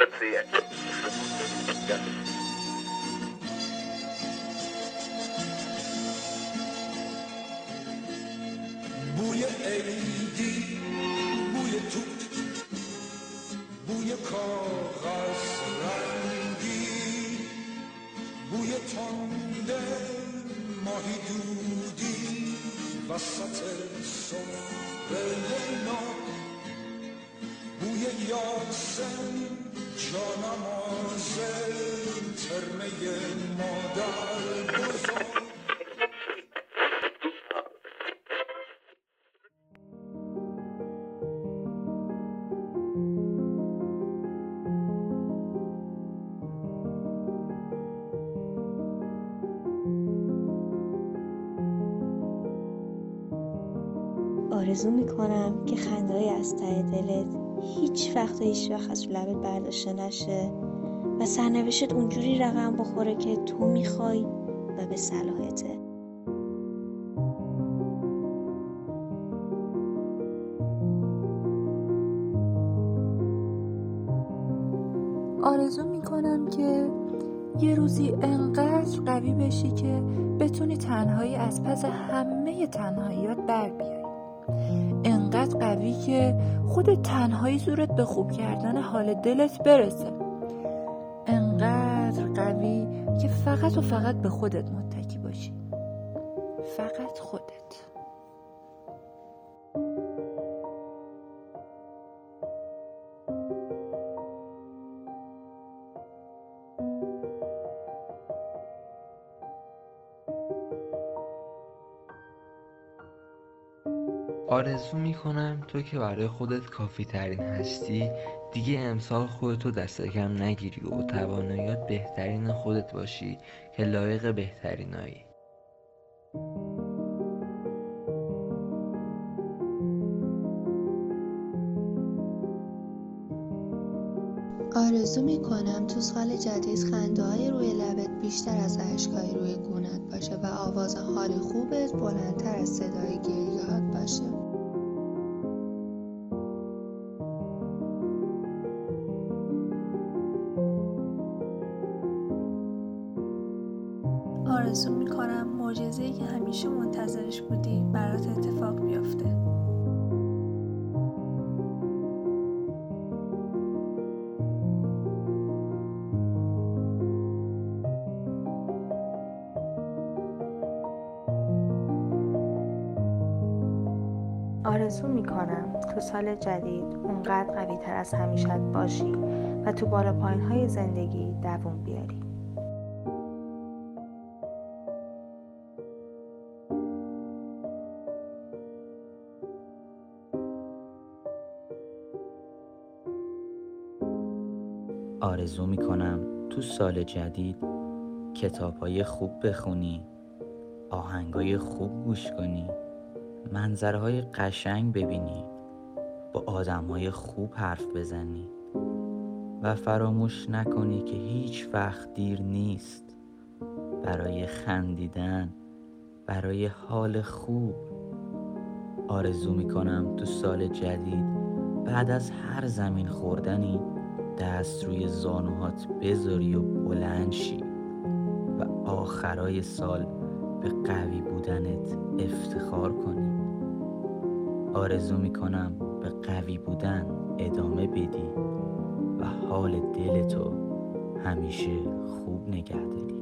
بوی عیدی، بوی توت، بوی کاغذ رنگی، بوی تنده ماهی دودی وسط صبح لیلا، بوی یاسم جانماز ترمه مادر بزرگ. آرزو میکنم که خنده‌ای از ته دلت هیچ وقت از لبت برداشته نشه و سرنوشتت اونجوری رقم بخوره که تو میخوای و به صلاحته. آرزو میکنم که یه روزی انقدر قوی بشی که بتونی تنهایی از پس همه تنهاییات بر بیای. انقدر قوی که خود تنهایی زورت به خوب کردن حال دلت برسه. انقدر قوی که فقط و فقط به خودت متکی باشی. فقط خودت. آرزو میکنم تو که برای خودت کافی ترین هستی دیگه امسال خودتو دست کم نگیری و تواناییات بهترین خودت باشی که لایق بهترینایی. آرزو میکنم تو سال جدید خنده‌های روی لبت بیشتر از اشکای روی گونت باشه و آواز حال خوبت بلندتر از صدای گریه‌هات باشه. آرزو میکنم معجزه‌ای که همیشه منتظرش بودی برات اتفاق بیفته. آرزو میکنم تو سال جدید اونقدر قوی تر از همیشت باشی و تو بالا پایین های زندگی دووم بیاری. آرزو میکنم تو سال جدید کتاب‌های خوب بخونی، آهنگای خوب گوش کنی، منظرهای قشنگ ببینی، با آدمهای خوب حرف بزنی و فراموش نکنی که هیچ وقت دیر نیست برای خندیدن، برای حال خوب. آرزو میکنم تو سال جدید بعد از هر زمین خوردنی دست روی زانوهات بذاری و بلند شی و آخرای سال به قوی بودنت افتخار کنی. آرزو میکنم به قوی بودن ادامه بدی و حال دلتو همیشه خوب نگه داری.